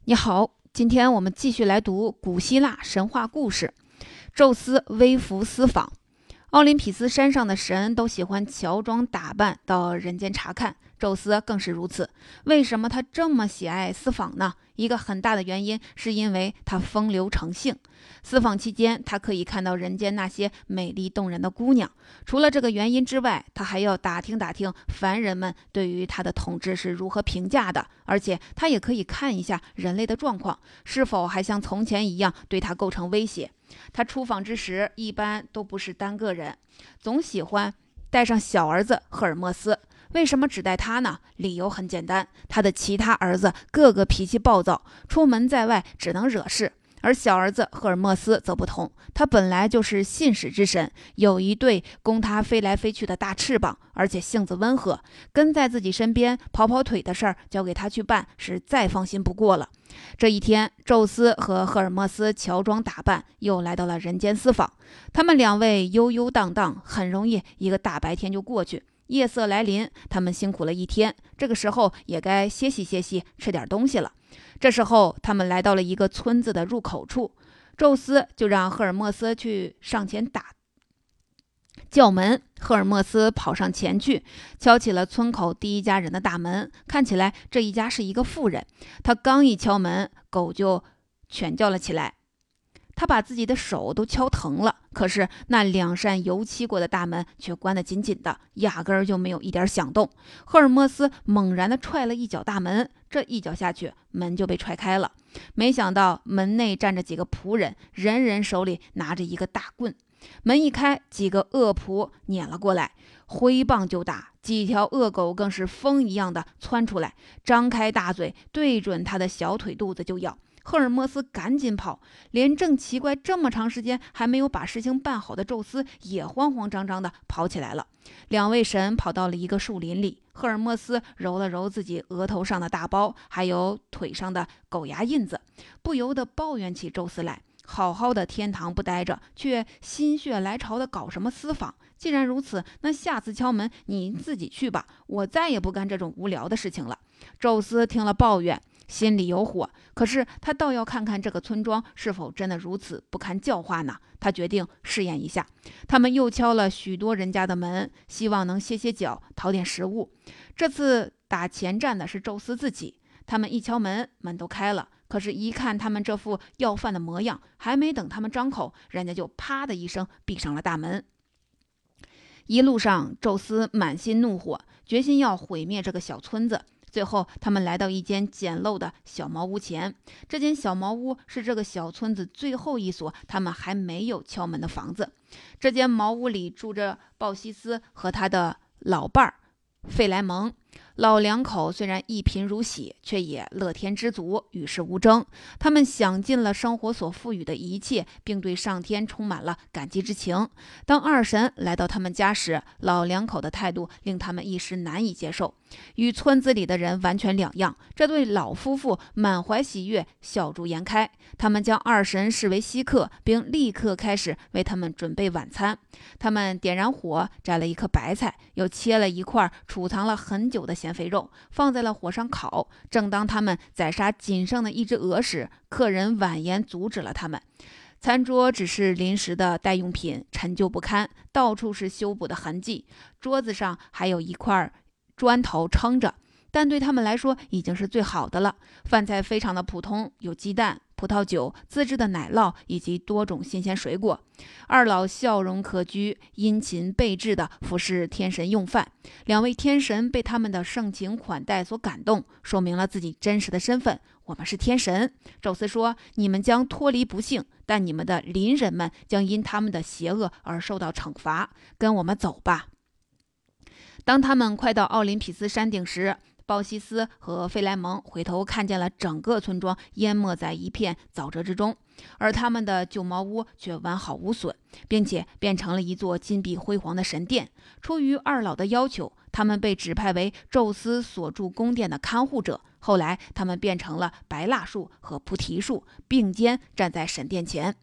你好，今天我们继续来读古希腊神话故事。宙斯微服私访，奥林匹斯山上的神都喜欢乔装打扮到人间查看，宙斯更是如此。为什么他这么喜爱私访呢？一个很大的原因是因为他风流成性。私访期间，他可以看到人间那些美丽动人的姑娘。除了这个原因之外，他还要打听打听凡人们对于他的统治是如何评价的，而且他也可以看一下人类的状况，是否还像从前一样对他构成威胁。他出访之时，一般都不是单个人，总喜欢带上小儿子赫尔墨斯。为什么只带他呢？理由很简单，他的其他儿子个个脾气暴躁，出门在外只能惹事。而小儿子赫尔墨斯则不同，他本来就是信使之神，有一对供他飞来飞去的大翅膀，而且性子温和，跟在自己身边跑跑腿的事儿交给他去办，是再放心不过了。这一天，宙斯和赫尔墨斯乔装打扮，又来到了人间私访。他们两位悠悠荡荡，很容易一个大白天就过去。夜色来临，他们辛苦了一天，这个时候也该歇息歇息，吃点东西了。这时候，他们来到了一个村子的入口处，宙斯就让赫尔墨斯去上前叫门。赫尔墨斯跑上前去，敲起了村口第一家人的大门。看起来这一家是一个妇人。他刚一敲门，狗就犬叫了起来。他把自己的手都敲疼了，可是那两扇油漆过的大门却关得紧紧的，压根儿就没有一点响动。赫尔墨斯猛然地踹了一脚大门，这一脚下去，门就被踹开了。没想到门内站着几个仆人，人人手里拿着一个大棍。门一开，几个恶仆撵了过来，挥棒就打。几条恶狗更是风一样的窜出来，张开大嘴对准他的小腿肚子就咬。赫尔墨斯赶紧跑，连正奇怪这么长时间还没有把事情办好的宙斯也慌慌张张地跑起来了。两位神跑到了一个树林里，赫尔墨斯揉了揉自己额头上的大包，还有腿上的狗牙印子，不由得抱怨起宙斯来。好好的天堂不待着，却心血来潮的搞什么私访？既然如此，那下次敲门你自己去吧，我再也不干这种无聊的事情了。宙斯听了抱怨，心里有火，可是他倒要看看这个村庄是否真的如此不堪教化呢？他决定试验一下。他们又敲了许多人家的门，希望能歇歇脚，讨点食物。这次打前站的是宙斯自己。他们一敲门，门都开了，可是一看他们这副要饭的模样，还没等他们张口，人家就啪的一声闭上了大门。一路上，宙斯满心怒火，决心要毁灭这个小村子。最后，他们来到一间简陋的小茅屋前。这间小茅屋是这个小村子最后一所他们还没有敲门的房子。这间茅屋里住着鲍西斯和他的老伴儿费莱蒙。老两口虽然一贫如洗，却也乐天知足，与世无争。他们享尽了生活所赋予的一切，并对上天充满了感激之情。当二神来到他们家时，老两口的态度令他们一时难以接受，与村子里的人完全两样。这对老夫妇满怀喜悦，笑逐颜开。他们将二神视为稀客，并立刻开始为他们准备晚餐。他们点燃火，摘了一颗白菜，又切了一块储藏了很久的咸肥肉，放在了火上烤。正当他们宰杀仅剩的一只鹅时，客人婉言阻止了他们。餐桌只是临时的代用品，陈旧不堪，到处是修补的痕迹，桌子上还有一块砖头撑着，但对他们来说已经是最好的了。饭菜非常的普通，有鸡蛋、葡萄酒、自制的奶酪以及多种新鲜水果。二老笑容可掬，殷勤备至的服侍天神用饭。两位天神被他们的盛情款待所感动，说明了自己真实的身份：我们是天神。宙斯说：你们将脱离不幸，但你们的邻人们将因他们的邪恶而受到惩罚。跟我们走吧。当他们快到奥林匹斯山顶时，鲍西斯和费莱蒙回头看见了整个村庄淹没在一片沼泽之中，而他们的旧茅屋却完好无损，并且变成了一座金碧辉煌的神殿。出于二老的要求，他们被指派为宙斯所住宫殿的看护者。后来，他们变成了白蜡树和菩提树，并肩站在神殿前。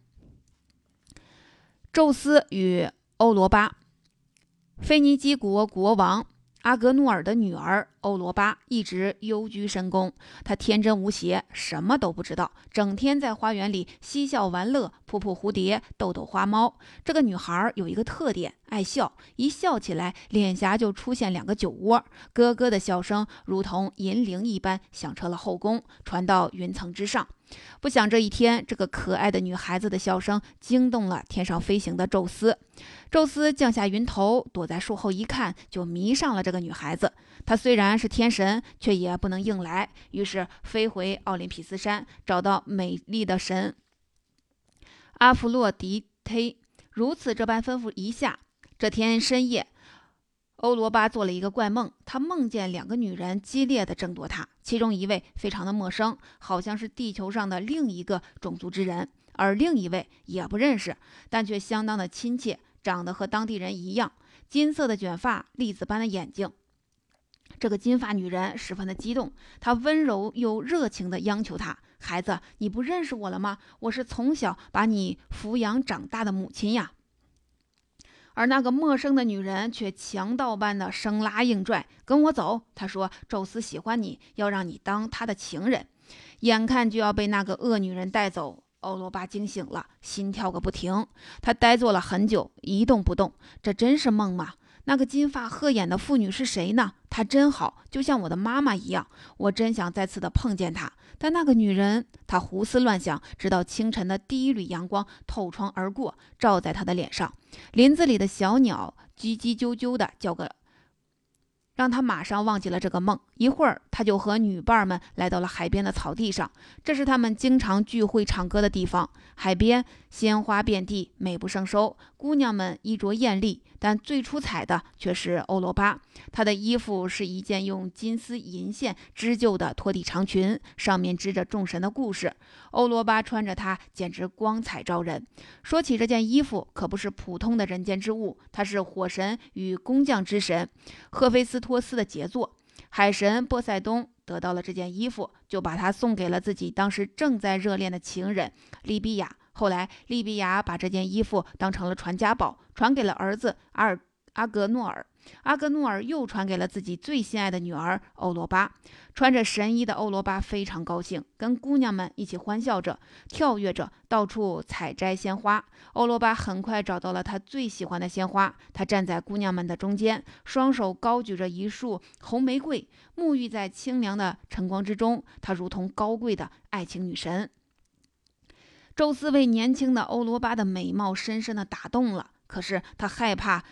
宙斯与欧罗巴。腓尼基国国王阿格努尔的女儿欧罗巴一直幽居深宫，他天真无邪，什么都不知道，整天在花园里嬉笑玩乐，扑扑蝴蝶，逗逗花猫。这个女孩有一个特点，爱笑，一笑起来脸颊就出现2个酒窝，咯咯的笑声如同银铃一般响彻了后宫，传到云层之上。不想这一天，这个可爱的女孩子的笑声惊动了天上飞行的宙斯。宙斯降下云头，躲在树后一看，就迷上了这个女孩子。他虽然是天神，却也不能硬来，于是飞回奥林匹斯山，找到美丽的神阿弗洛狄忒，如此这般吩咐一下。这天深夜，欧罗巴做了一个怪梦，他梦见2个女人激烈地争夺他，其中一位非常的陌生，好像是地球上的另一个种族之人，而另一位也不认识，但却相当的亲切，长得和当地人一样，金色的卷发，栗子般的眼睛。这个金发女人十分的激动，她温柔又热情地央求他：孩子，你不认识我了吗？我是从小把你抚养长大的母亲呀。而那个陌生的女人却强盗般的生拉硬拽：跟我走！她说宙斯喜欢你，要让你当他的情人。眼看就要被那个恶女人带走，欧罗巴惊醒了，心跳个不停。他呆坐了很久，一动不动。这真是梦吗？那个金发鹤眼的妇女是谁呢？她真好，就像我的妈妈一样。我真想再次的碰见她。但那个女人，他胡思乱想，直到清晨的第一缕阳光透窗而过，照在他的脸上。林子里的小鸟叽叽啾啾的叫个，让他马上忘记了这个梦。一会儿，他就和女伴们来到了海边的草地上，这是他们经常聚会唱歌的地方。海边鲜花遍地，美不胜收，姑娘们衣着艳丽，但最出彩的却是欧罗巴。她的衣服是一件用金丝银线织就的拖地长裙，上面织着众神的故事。欧罗巴穿着它简直光彩照人。说起这件衣服，可不是普通的人间之物，它是火神与工匠之神赫菲斯托斯的杰作。海神波塞冬得到了这件衣服，就把它送给了自己当时正在热恋的情人利比亚。后来利比亚把这件衣服当成了传家宝，传给了儿子阿格诺尔。阿格诺尔又传给了自己最心爱的女儿欧罗巴。穿着神衣的欧罗巴非常高兴，跟姑娘们一起欢笑着，跳跃着，到处采摘鲜花。欧罗巴很快找到了他最喜欢的鲜花，他站在姑娘们的中间，双手高举着一束红玫瑰，沐浴在清凉的晨光之中，他如同高贵的爱情女神。宙斯为年轻的欧罗巴的美貌深深地打动了，可是他害怕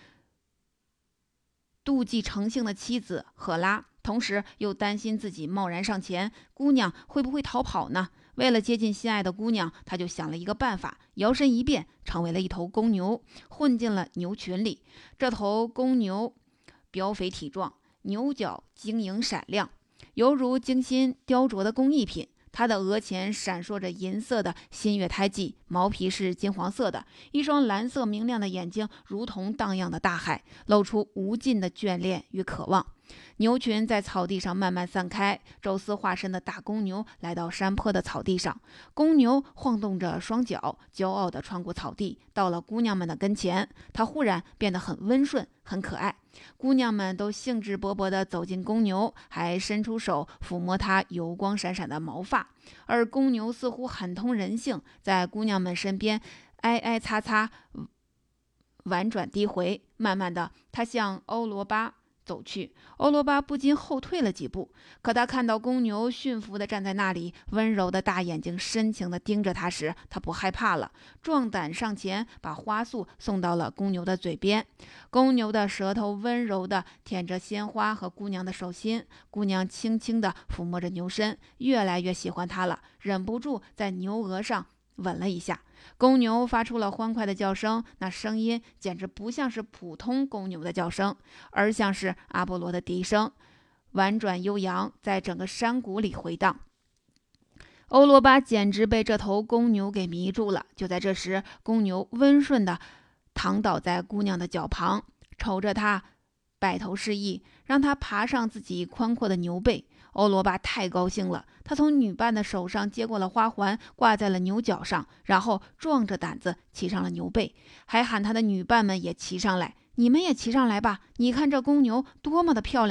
妒忌成性的妻子赫拉，同时又担心自己贸然上前，姑娘会不会逃跑呢？为了接近心爱的姑娘，他就想了一个办法，摇身一变成为了一头公牛，混进了牛群里。这头公牛膘肥体壮，牛角晶莹闪亮，犹如精心雕琢的工艺品。它的额前闪烁着银色的新月胎记，毛皮是金黄色的，一双蓝色明亮的眼睛如同荡漾的大海，露出无尽的眷恋与渴望。牛群在草地上慢慢散开，宙斯化身的大公牛来到山坡的草地上，公牛晃动着双脚，骄傲地穿过草地，到了姑娘们的跟前。它忽然变得很温顺，很可爱。姑娘们都兴致勃勃地走进公牛，还伸出手抚摸它油光闪闪的毛发，而公牛似乎很通人性，在姑娘们身边挨挨擦擦，婉转低回。慢慢的，它向欧罗巴走去，欧罗巴不禁后退了几步，可他看到公牛驯服地站在那里，温柔的大眼睛深情地盯着他时，他不害怕了，壮胆上前，把花束送到了公牛的嘴边。公牛的舌头温柔地舔着鲜花和姑娘的手心，姑娘轻轻地抚摸着牛身，越来越喜欢他了，忍不住在牛额上吻了一下。公牛发出了欢快的叫声，那声音简直不像是普通公牛的叫声，而像是阿波罗的笛声，婉转悠扬，在整个山谷里回荡。欧罗巴简直被这头公牛给迷住了。就在这时，公牛温顺地躺倒在姑娘的脚旁，瞅着她摆头示意，让她爬上自己宽阔的牛背。欧罗巴太高兴了，他从女伴的手上接过了花环，挂在了牛角上，然后壮着胆子骑上了牛背，还喊他的女伴们也骑上来。你们也骑上来吧，你看这公牛多么的漂亮呀，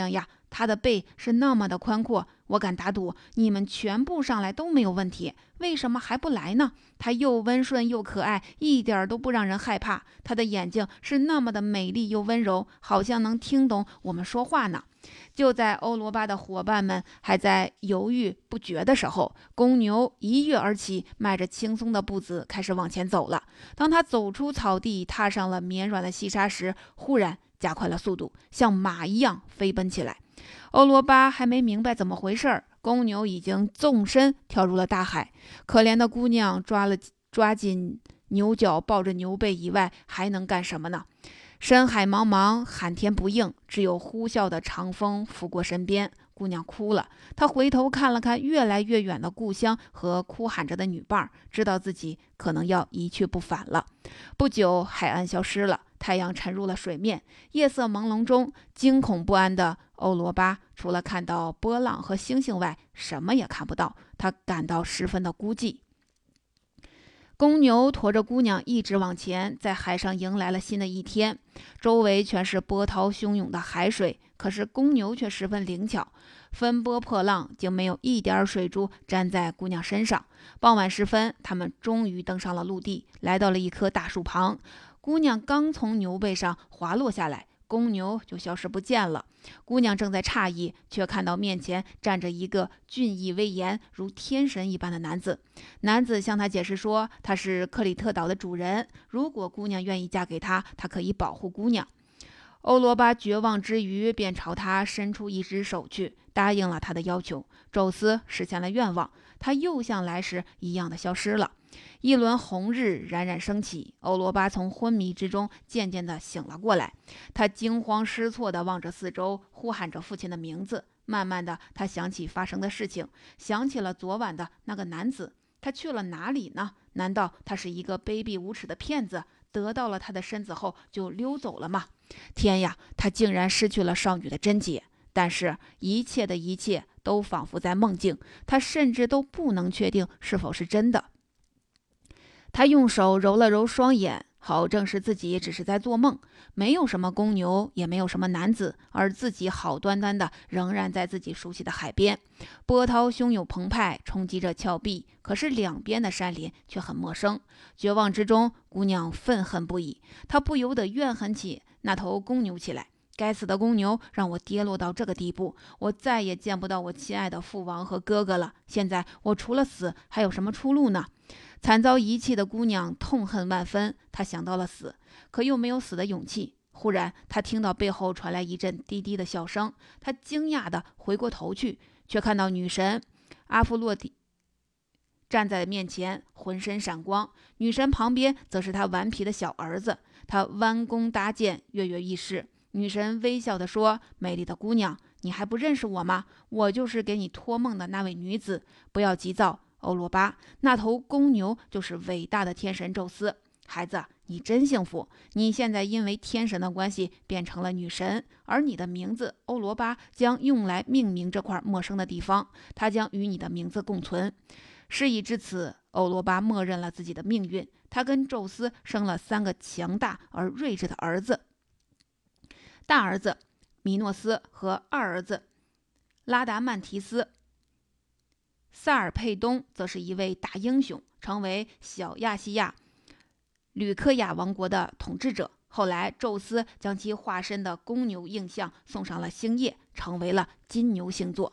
他的背是那么的宽阔，我敢打赌你们全部上来都没有问题，为什么还不来呢？他又温顺又可爱，一点都不让人害怕。他的眼睛是那么的美丽又温柔，好像能听懂我们说话呢。就在欧罗巴的伙伴们还在犹豫不决的时候，公牛一跃而起，迈着轻松的步子开始往前走了。当他走出草地，踏上了绵软的细沙时，忽然加快了速度，像马一样飞奔起来。欧罗巴还没明白怎么回事，公牛已经纵身跳入了大海。可怜的姑娘抓紧牛角，抱着牛背以外，还能干什么呢？深海茫茫，寒天不应，只有呼啸的长风拂过身边。姑娘哭了，她回头看了看越来越远的故乡和哭喊着的女伴，知道自己可能要一去不返了。不久，海岸消失了，太阳沉入了水面。夜色朦胧中，惊恐不安的欧罗巴除了看到波浪和星星外，什么也看不到。他感到十分的孤寂。公牛驮着姑娘一直往前，在海上迎来了新的一天。周围全是波涛汹涌的海水，可是公牛却十分灵巧，分波破浪，竟没有一点水珠沾在姑娘身上。傍晚时分，他们终于登上了陆地，来到了一棵大树旁。姑娘刚从牛背上滑落下来，公牛就消失不见了。姑娘正在诧异，却看到面前站着一个俊逸威严如天神一般的男子。男子向她解释说，他是克里特岛的主人，如果姑娘愿意嫁给他，他可以保护姑娘。欧罗巴绝望之余，便朝他伸出一只手去，答应了他的要求。宙斯实现了愿望，他又像来时一样的消失了。一轮红日冉冉升起，欧罗巴从昏迷之中渐渐地醒了过来。他惊慌失措地望着四周，呼喊着父亲的名字。慢慢的，他想起发生的事情，想起了昨晚的那个男子。他去了哪里呢？难道他是一个卑鄙无耻的骗子，得到了他的身子后就溜走了吗？天呀，他竟然失去了少女的贞洁。但是一切的一切都仿佛在梦境，他甚至都不能确定是否是真的。他用手揉了揉双眼，好证实自己只是在做梦，没有什么公牛，也没有什么男子，而自己好端端的仍然在自己熟悉的海边。波涛汹涌澎湃，冲击着峭壁，可是两边的山林却很陌生。绝望之中，姑娘愤恨不已，她不由得怨恨起那头公牛起来。该死的公牛让我跌落到这个地步，我再也见不到我亲爱的父王和哥哥了。现在我除了死还有什么出路呢？惨遭遗弃的姑娘痛恨万分，她想到了死，可又没有死的勇气。忽然，她听到背后传来一阵低低的笑声，她惊讶地回过头去，却看到女神阿芙洛狄站在面前，浑身闪光。女神旁边则是她顽皮的小儿子，他弯弓搭箭，跃跃欲试。女神微笑地说：“美丽的姑娘，你还不认识我吗？我就是给你托梦的那位女子。不要急躁，欧罗巴，那头公牛就是伟大的天神宙斯。孩子，你真幸福，你现在因为天神的关系变成了女神，而你的名字欧罗巴将用来命名这块陌生的地方，它将与你的名字共存。”事已至此，欧罗巴默认了自己的命运。他跟宙斯生了3个强大而睿智的儿子。大儿子米诺斯和二儿子拉达曼提斯。萨尔佩东则是一位大英雄，成为小亚细亚吕克雅王国的统治者。后来，宙斯将其化身的公牛印象送上了星夜，成为了金牛星座。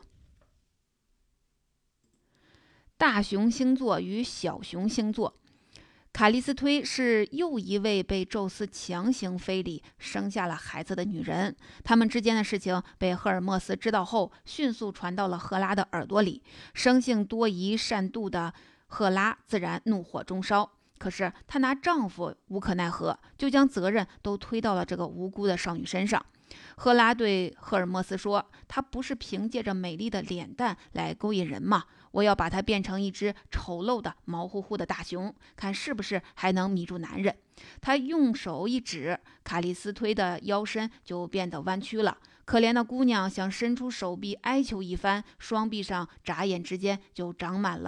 大熊星座与小熊星座。卡利斯忒是又一位被宙斯强行非礼生下了孩子的女人。他们之间的事情被赫尔墨斯知道后，迅速传到了赫拉的耳朵里。生性多疑善妒的赫拉自然怒火中烧，可是她拿丈夫无可奈何，就将责任都推到了这个无辜的少女身上。赫拉对赫尔墨斯说：“她不是凭借着美丽的脸蛋来勾引人吗？我要把它变成一只丑陋的毛乎乎的大熊，看是不是还能迷住男人。”他用手一指，卡利斯忒的腰身就变得弯曲了。可怜的姑娘想伸出手臂哀求一番，双臂上眨眼之间就长满了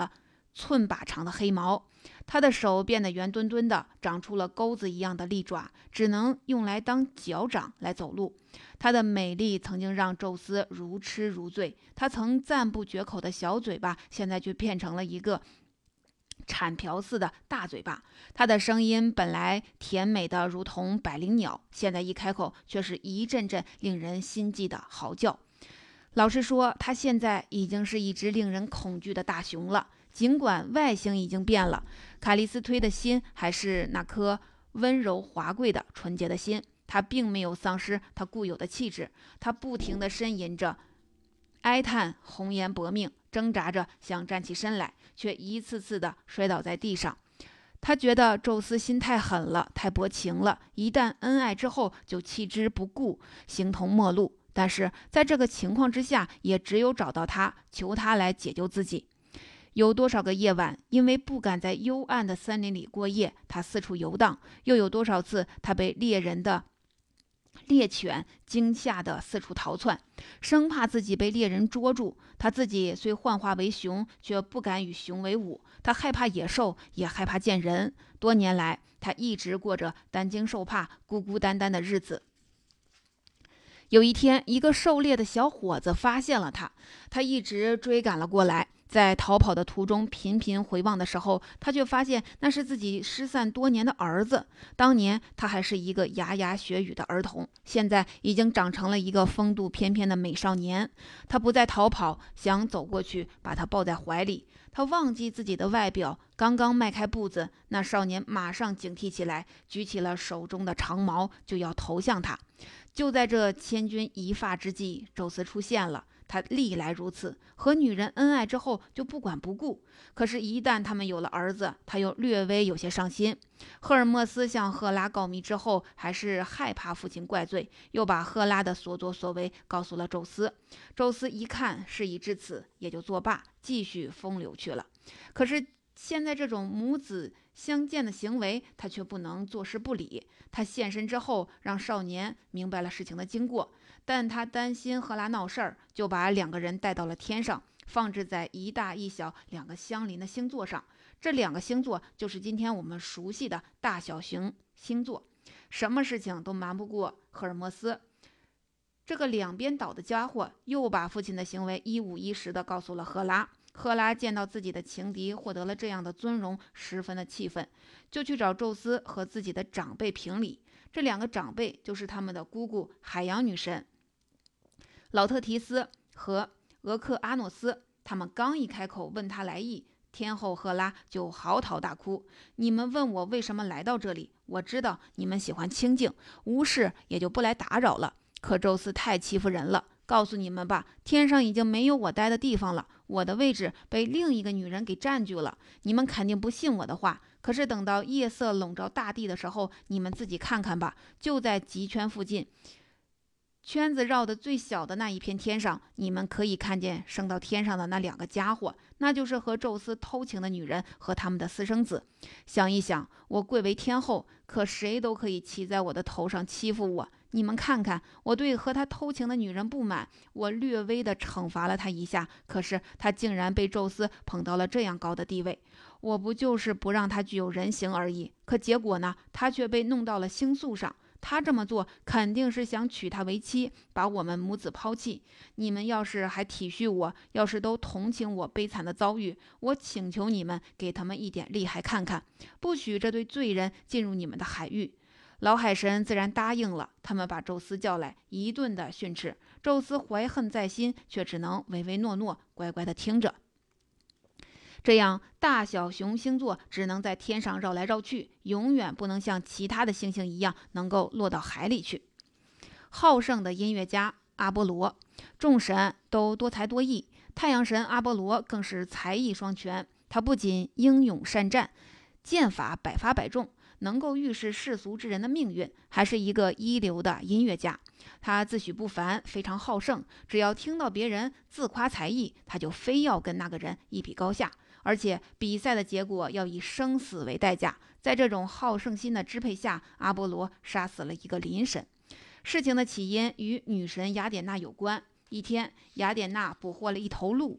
寸把长的黑毛。他的手变得圆墩墩的，长出了钩子一样的利爪，只能用来当脚掌来走路。他的美丽曾经让宙斯如痴如醉，他曾赞不绝口的小嘴巴，现在却变成了一个铲瓢似的大嘴巴。他的声音本来甜美的如同百灵鸟，现在一开口却是一阵阵令人心悸的嚎叫。老实说，他现在已经是一只令人恐惧的大熊了。尽管外形已经变了，卡利斯忒的心还是那颗温柔华贵的纯洁的心，他并没有丧失他固有的气质。他不停地呻吟着，哀叹，红颜薄命，挣扎着想站起身来，却一次次地摔倒在地上。他觉得宙斯心太狠了，太薄情了，一旦恩爱之后就弃之不顾，形同陌路。但是在这个情况之下，也只有找到他，求他来解救自己。有多少个夜晚，因为不敢在幽暗的森林里过夜，他四处游荡；又有多少次，他被猎犬惊吓得四处逃窜，生怕自己被猎人捉住。他自己虽幻化为熊，却不敢与熊为伍。他害怕野兽，也害怕见人。多年来，他一直过着担惊受怕、孤孤单单的日子。有一天，一个狩猎的小伙子发现了他，他一直追赶了过来。在逃跑的途中，频频回望的时候，他却发现那是自己失散多年的儿子。当年他还是一个牙牙学语的儿童，现在已经长成了一个风度翩翩的美少年。他不再逃跑，想走过去把他抱在怀里。他忘记自己的外表，刚刚迈开步子，那少年马上警惕起来，举起了手中的长矛，就要投向他。就在这千钧一发之际，宙斯出现了。他历来如此，和女人恩爱之后就不管不顾。可是，一旦他们有了儿子，他又略微有些伤心。赫尔墨斯向赫拉告密之后，还是害怕父亲怪罪，又把赫拉的所作所为告诉了宙斯。宙斯一看事已至此，也就作罢，继续风流去了。可是现在这种母子相见的行为，他却不能坐视不理。他现身之后，让少年明白了事情的经过，但他担心赫拉闹事儿，就把两个人带到了天上，放置在一大一小两个相邻的星座上。这两个星座就是今天我们熟悉的大小熊星座。什么事情都瞒不过赫尔墨斯。这个两边倒的家伙又把父亲的行为一五一十地告诉了赫拉。赫拉见到自己的情敌获得了这样的尊荣，十分的气愤，就去找宙斯和自己的长辈评理。这两个长辈就是他们的姑姑海洋女神老特提斯和俄克阿诺斯。他们刚一开口问他来意，天后赫拉就嚎啕大哭：“你们问我为什么来到这里？我知道你们喜欢清静，无事也就不来打扰了。可宙斯太欺负人了。告诉你们吧，天上已经没有我待的地方了，我的位置被另一个女人给占据了。你们肯定不信我的话，可是等到夜色笼罩大地的时候，你们自己看看吧，就在极圈附近，圈子绕的最小的那一片天上，你们可以看见升到天上的那两个家伙，那就是和宙斯偷情的女人和他们的私生子。想一想，我贵为天后，可谁都可以骑在我的头上欺负我。你们看看，我对和他偷情的女人不满，我略微的惩罚了他一下，可是他竟然被宙斯捧到了这样高的地位。我不就是不让他具有人形而已，可结果呢，他却被弄到了星宿上。他这么做肯定是想娶她为妻，把我们母子抛弃。你们要是还体恤我，要是都同情我悲惨的遭遇，我请求你们给他们一点厉害看看，不许这对罪人进入你们的海域。老海神自然答应了，他们把宙斯叫来，一顿的训斥。宙斯怀恨在心，却只能唯唯诺诺，乖乖的听着。这样，大小熊星座只能在天上绕来绕去，永远不能像其他的星星一样能够落到海里去。好胜的音乐家阿波罗，众神都多才多艺，太阳神阿波罗更是才艺双全。他不仅英勇善战，剑法百发百中，能够预示世俗之人的命运，还是一个一流的音乐家。他自诩不凡，非常好胜，只要听到别人自夸才艺，他就非要跟那个人一比高下，而且比赛的结果要以生死为代价。在这种好胜心的支配下，阿波罗杀死了一个邻神。事情的起因与女神雅典娜有关。一天，雅典娜捕获了一头鹿，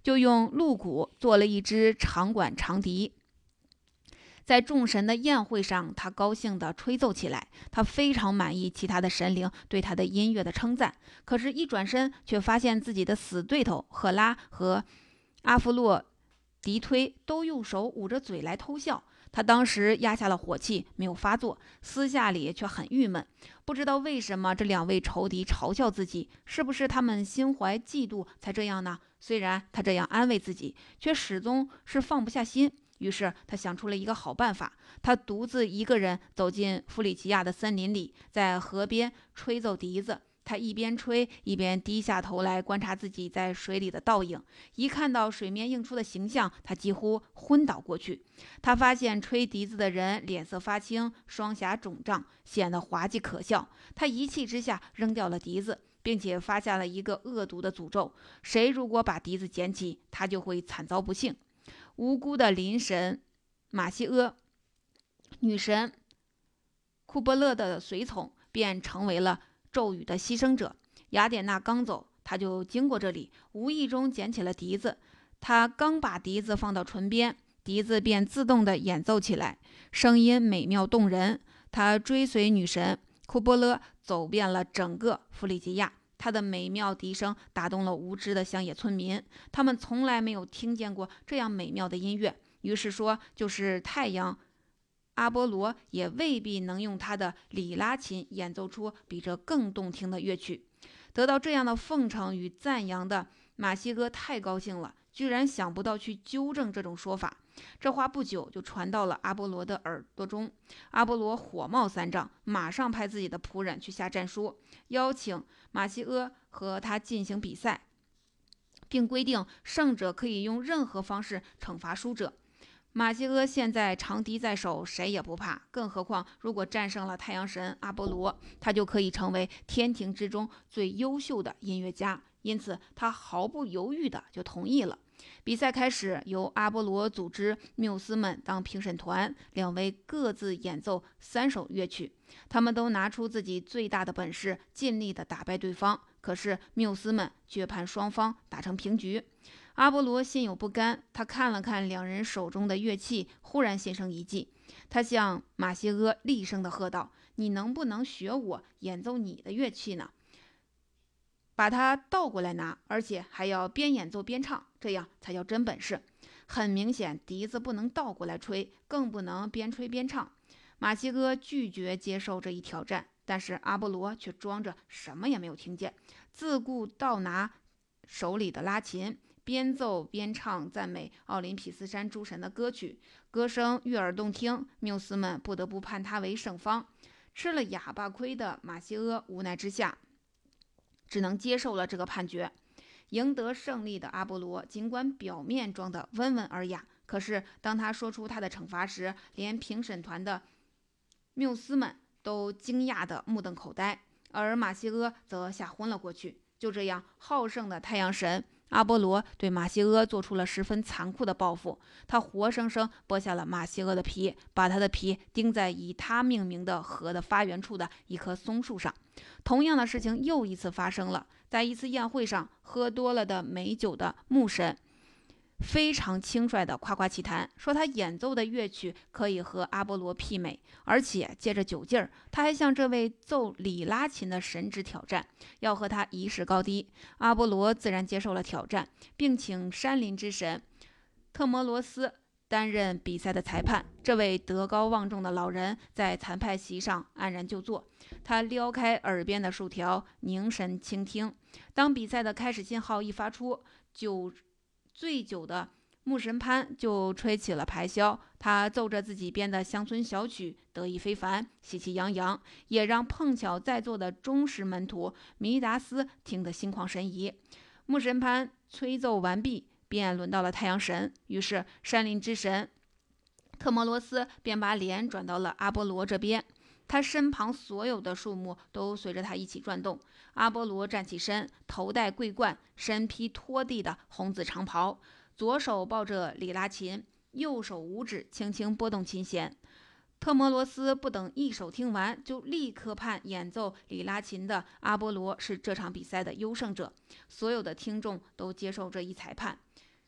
就用鹿骨做了一支长管长笛。在众神的宴会上，他高兴地吹奏起来。他非常满意其他的神灵对他的音乐的称赞，可是，一转身却发现自己的死对头赫拉和阿弗洛狄忒都用手捂着嘴来偷笑。他当时压下了火气，没有发作，私下里却很郁闷，不知道为什么这两位仇敌嘲笑自己，是不是他们心怀嫉妒才这样呢？虽然他这样安慰自己，却始终是放不下心。于是他想出了一个好办法，他独自一个人走进弗里吉亚的森林里，在河边吹奏笛子。他一边吹一边低下头来观察自己在水里的倒影，一看到水面映出的形象，他几乎昏倒过去。他发现吹笛子的人脸色发青，双颊肿胀，显得滑稽可笑。他一气之下扔掉了笛子，并且发下了一个恶毒的诅咒：谁如果把笛子捡起，他就会惨遭不幸。无辜的灵神马西阿、女神库波勒的随从便成为了咒语的牺牲者。雅典娜刚走，他就经过这里，无意中捡起了笛子。他刚把笛子放到唇边，笛子便自动地演奏起来，声音美妙动人。他追随女神库波勒走遍了整个弗里吉亚，他的美妙笛声打动了无知的乡野村民，他们从来没有听见过这样美妙的音乐。于是说，就是太阳阿波罗也未必能用他的里拉琴演奏出比这更动听的乐曲。得到这样的奉承与赞扬的马西哥太高兴了，居然想不到去纠正这种说法。这话不久就传到了阿波罗的耳朵中。阿波罗火冒三丈，马上派自己的仆人去下战书，邀请马西阿和他进行比赛，并规定胜者可以用任何方式惩罚输者。马西阿现在长笛在手，谁也不怕，更何况如果战胜了太阳神阿波罗，他就可以成为天庭之中最优秀的音乐家。因此他毫不犹豫地就同意了。比赛开始，由阿波罗组织缪斯们当评审团，两位各自演奏3首乐曲，他们都拿出自己最大的本事，尽力地打败对方。可是缪斯们却判双方打成平局。阿波罗心有不甘，他看了看两人手中的乐器，忽然心生一计。他向马西阿厉声地喝道：“你能不能学我演奏你的乐器呢？把它倒过来拿，而且还要边演奏边唱，这样才叫真本事。”很明显，笛子不能倒过来吹，更不能边吹边唱。马西阿拒绝接受这一挑战，但是阿波罗却装着什么也没有听见，自顾倒拿手里的拉琴，边奏边唱赞美奥林匹斯山诸神的歌曲，歌声悦耳动听，缪斯们不得不判他为胜方。吃了哑巴亏的马西阿无奈之下，只能接受了这个判决。赢得胜利的阿波罗尽管表面装得温文尔雅，可是当他说出他的惩罚时，连评审团的缪斯们都惊讶得目瞪口呆，而马西阿则吓昏了过去。就这样，好胜的太阳神阿波罗对马西阿做出了十分残酷的报复，他活生生剥下了马西阿的皮，把他的皮钉在以他命名的河的发源处的一棵松树上。同样的事情又一次发生了，在一次宴会上，喝多了的美酒的牧神非常轻率地夸夸其谈，说他演奏的乐曲可以和阿波罗媲美，而且借着酒劲儿，他还向这位奏里拉琴的神祇挑战，要和他一试高低。阿波罗自然接受了挑战，并请山林之神特摩罗斯担任比赛的裁判。这位德高望重的老人在裁判席上安然就坐，他撩开耳边的竖条，凝神倾听。当比赛的开始信号一发出，醉酒的牧神潘就吹起了排箫，他奏着自己编的乡村小曲，得意非凡，喜气洋洋，也让碰巧在座的忠实门徒弥达斯听得心旷神怡。牧神潘吹奏完毕，便轮到了太阳神，于是山林之神特摩罗斯便把脸转到了阿波罗这边，他身旁所有的树木都随着他一起转动。阿波罗站起身，头戴桂冠，身披拖地的红紫长袍，左手抱着里拉琴，右手五指轻轻拨动琴弦。特摩罗斯不等一首听完，就立刻判演奏里拉琴的阿波罗是这场比赛的优胜者。所有的听众都接受这一裁判。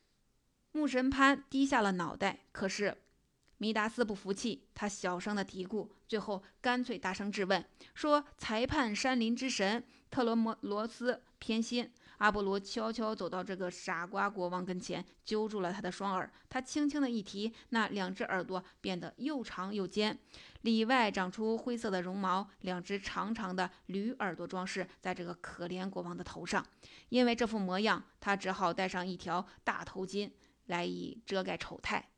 牧神潘低下了脑袋，可是弥达斯不服气，他小声的嘀咕，最后干脆大声质问，说裁判山林之神特罗摩罗斯偏心。阿波罗悄悄走到这个傻瓜国王跟前，揪住了他的双耳。他轻轻的一提，那两只耳朵变得又长又尖，里外长出灰色的绒毛，两只长长的驴耳朵装饰在这个可怜国王的头上。因为这副模样，他只好戴上一条大头巾来以遮盖丑态。